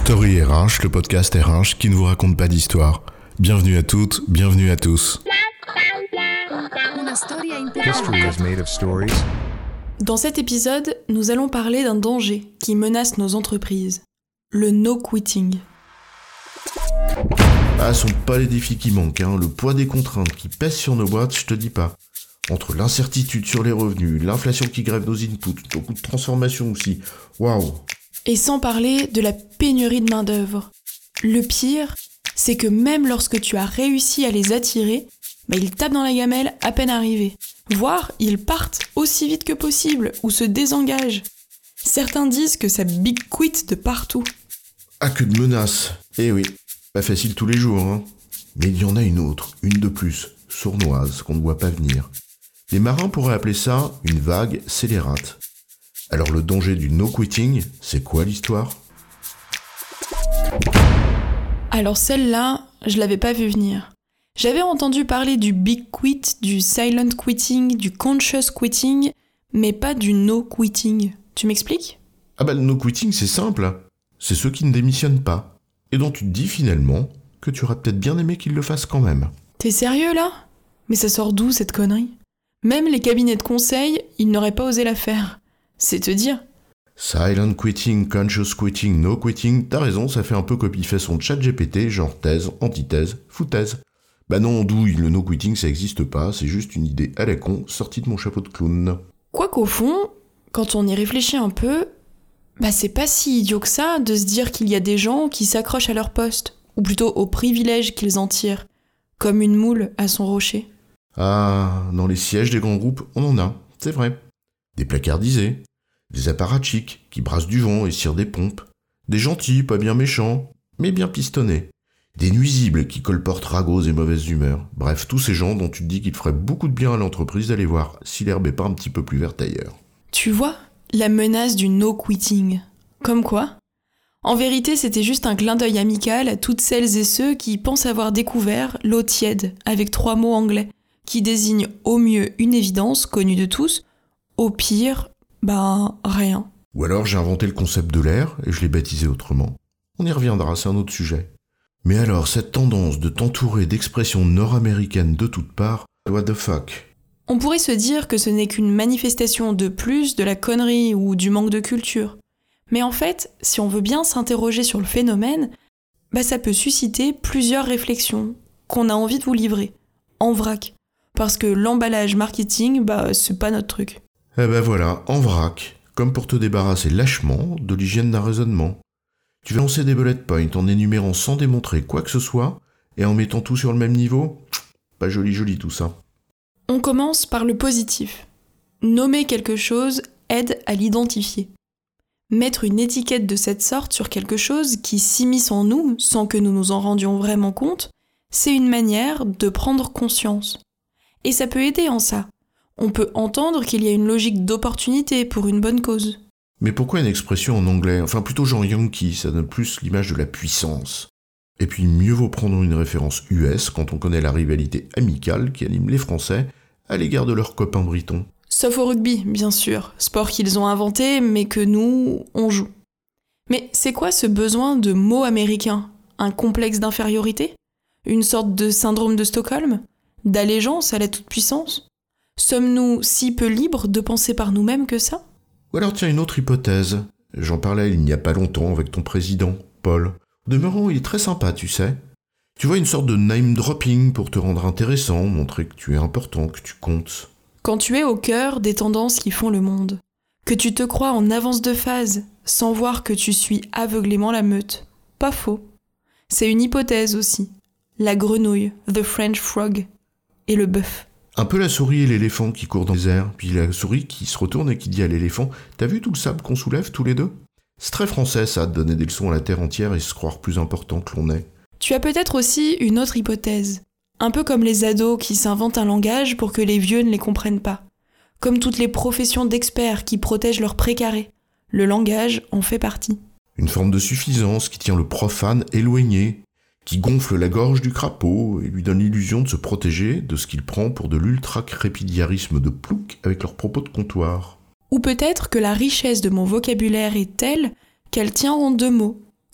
Story RH, le podcast RH qui ne vous raconte pas d'histoire. Bienvenue à toutes, bienvenue à tous. History is made of stories. Dans cet épisode, nous allons parler d'un danger qui menace nos entreprises. Le no-quitting. Ah, ce sont pas les défis qui manquent, hein. Le poids des contraintes qui pèsent sur nos boîtes, je te dis pas. Entre l'incertitude sur les revenus, l'inflation qui grève nos inputs, beaucoup de transformations aussi. Waouh. Et sans parler de la pénurie de main-d'œuvre. Le pire, c'est que même lorsque tu as réussi à les attirer, ils tapent dans la gamelle à peine arrivés. Voire, ils partent aussi vite que possible ou se désengagent. Certains disent que ça big quit de partout. Ah, que de menaces. Eh oui, pas facile tous les jours, hein. Mais il y en a une autre, une de plus, sournoise, qu'on ne voit pas venir. Les marins pourraient appeler ça une vague scélérate. Alors le danger du no-quitting, c'est quoi l'histoire ? Alors celle-là, je l'avais pas vu venir. J'avais entendu parler du big quit, du silent quitting, du conscious quitting, mais pas du no-quitting. Tu m'expliques ? Ah le no-quitting c'est simple. C'est ceux qui ne démissionnent pas. Et dont tu te dis finalement que tu aurais peut-être bien aimé qu'ils le fassent quand même. T'es sérieux là ? Mais ça sort d'où cette connerie ? Même les cabinets de conseil, ils n'auraient pas osé la faire. C'est te dire. Silent quitting, conscious quitting, no quitting, t'as raison, ça fait un peu copie-façon de ChatGPT, genre thèse, antithèse, foutaise. Non, douille, le no quitting ça existe pas, c'est juste une idée à la con, sortie de mon chapeau de clown. Quoi qu'au fond, quand on y réfléchit un peu, c'est pas si idiot que ça de se dire qu'il y a des gens qui s'accrochent à leur poste, ou plutôt aux privilèges qu'ils en tirent, comme une moule à son rocher. Ah, dans les sièges des grands groupes, on en a, c'est vrai. Des placardisés, des apparatchiks qui brassent du vent et cirent des pompes, des gentils, pas bien méchants, mais bien pistonnés, des nuisibles qui colportent ragots et mauvaise humeur, bref, tous ces gens dont tu te dis qu'il ferait beaucoup de bien à l'entreprise d'aller voir si l'herbe est pas un petit peu plus verte ailleurs. Tu vois, la menace du no-quitting. Comme quoi ? En vérité, c'était juste un clin d'œil amical à toutes celles et ceux qui pensent avoir découvert l'eau tiède, avec 3 mots anglais, qui désignent au mieux une évidence connue de tous, au pire, rien. Ou alors j'ai inventé le concept de l'air et je l'ai baptisé autrement. On y reviendra, c'est un autre sujet. Mais alors, cette tendance de t'entourer d'expressions nord-américaines de toutes parts, what the fuck ? On pourrait se dire que ce n'est qu'une manifestation de plus de la connerie ou du manque de culture. Mais en fait, si on veut bien s'interroger sur le phénomène, ça peut susciter plusieurs réflexions qu'on a envie de vous livrer, en vrac. Parce que l'emballage marketing, c'est pas notre truc. Voilà, en vrac, comme pour te débarrasser lâchement de l'hygiène d'un raisonnement. Tu vas lancer des bullet points en énumérant sans démontrer quoi que ce soit, et en mettant tout sur le même niveau ? Pas joli tout ça. On commence par le positif. Nommer quelque chose aide à l'identifier. Mettre une étiquette de cette sorte sur quelque chose qui s'immisce en nous sans que nous nous en rendions vraiment compte, c'est une manière de prendre conscience. Et ça peut aider en ça. On peut entendre qu'il y a une logique d'opportunité pour une bonne cause. Mais pourquoi une expression en anglais ? Enfin plutôt genre Yankee, ça donne plus l'image de la puissance. Et puis mieux vaut prendre une référence US quand on connaît la rivalité amicale qui anime les Français à l'égard de leurs copains britons. Sauf au rugby, bien sûr, sport qu'ils ont inventé mais que nous, on joue. Mais c'est quoi ce besoin de mots américains ? Un complexe d'infériorité ? Une sorte de syndrome de Stockholm ? D'allégeance à la toute-puissance ? Sommes-nous si peu libres de penser par nous-mêmes que ça ? Ou alors tiens une autre hypothèse. J'en parlais il n'y a pas longtemps avec ton président, Paul. Au demeurant, il est très sympa, tu sais. Tu vois, une sorte de name-dropping pour te rendre intéressant, montrer que tu es important, que tu comptes. Quand tu es au cœur des tendances qui font le monde, que tu te crois en avance de phase, sans voir que tu suis aveuglément la meute. Pas faux. C'est une hypothèse aussi. La grenouille, the French frog, et le bœuf. Un peu la souris et l'éléphant qui courent dans les airs, puis la souris qui se retourne et qui dit à l'éléphant « T'as vu tout le sable qu'on soulève tous les deux ?» C'est très français ça, de donner des leçons à la terre entière et se croire plus important que l'on est. Tu as peut-être aussi une autre hypothèse. Un peu comme les ados qui s'inventent un langage pour que les vieux ne les comprennent pas. Comme toutes les professions d'experts qui protègent leur précaré. Le langage en fait partie. Une forme de suffisance qui tient le profane éloigné, qui gonfle la gorge du crapaud et lui donne l'illusion de se protéger de ce qu'il prend pour de l'ultra-crépidiarisme de plouc avec leurs propos de comptoir. Ou peut-être que la richesse de mon vocabulaire est telle qu'elle tient en 2 mots,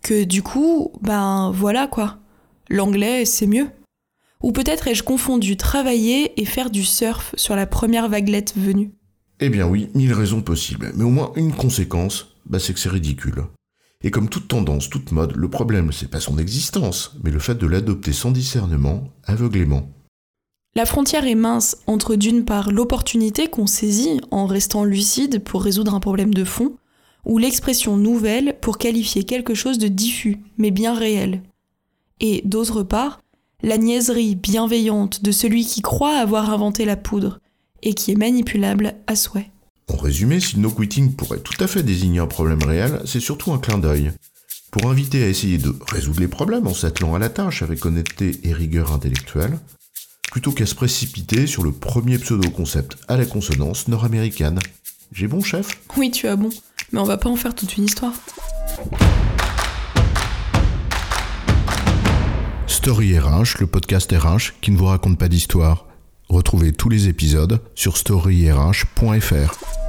que du coup, voilà quoi. L'anglais, c'est mieux. Ou peut-être ai-je confondu travailler et faire du surf sur la première vaguelette venue. Eh bien oui, 1000 raisons possibles, mais au moins une conséquence, c'est que c'est ridicule. Et comme toute tendance, toute mode, le problème, c'est pas son existence, mais le fait de l'adopter sans discernement, aveuglément. La frontière est mince entre d'une part l'opportunité qu'on saisit en restant lucide pour résoudre un problème de fond, ou l'expression nouvelle pour qualifier quelque chose de diffus, mais bien réel. Et d'autre part, la niaiserie bienveillante de celui qui croit avoir inventé la poudre et qui est manipulable à souhait. En résumé, si le no-quitting pourrait tout à fait désigner un problème réel, c'est surtout un clin d'œil. Pour inviter à essayer de résoudre les problèmes en s'attelant à la tâche avec honnêteté et rigueur intellectuelle, plutôt qu'à se précipiter sur le premier pseudo-concept à la consonance nord-américaine. J'ai bon, chef ? Oui, tu as bon, mais on va pas en faire toute une histoire. Story RH, le podcast RH qui ne vous raconte pas d'histoire. Retrouvez tous les épisodes sur storyrh.fr.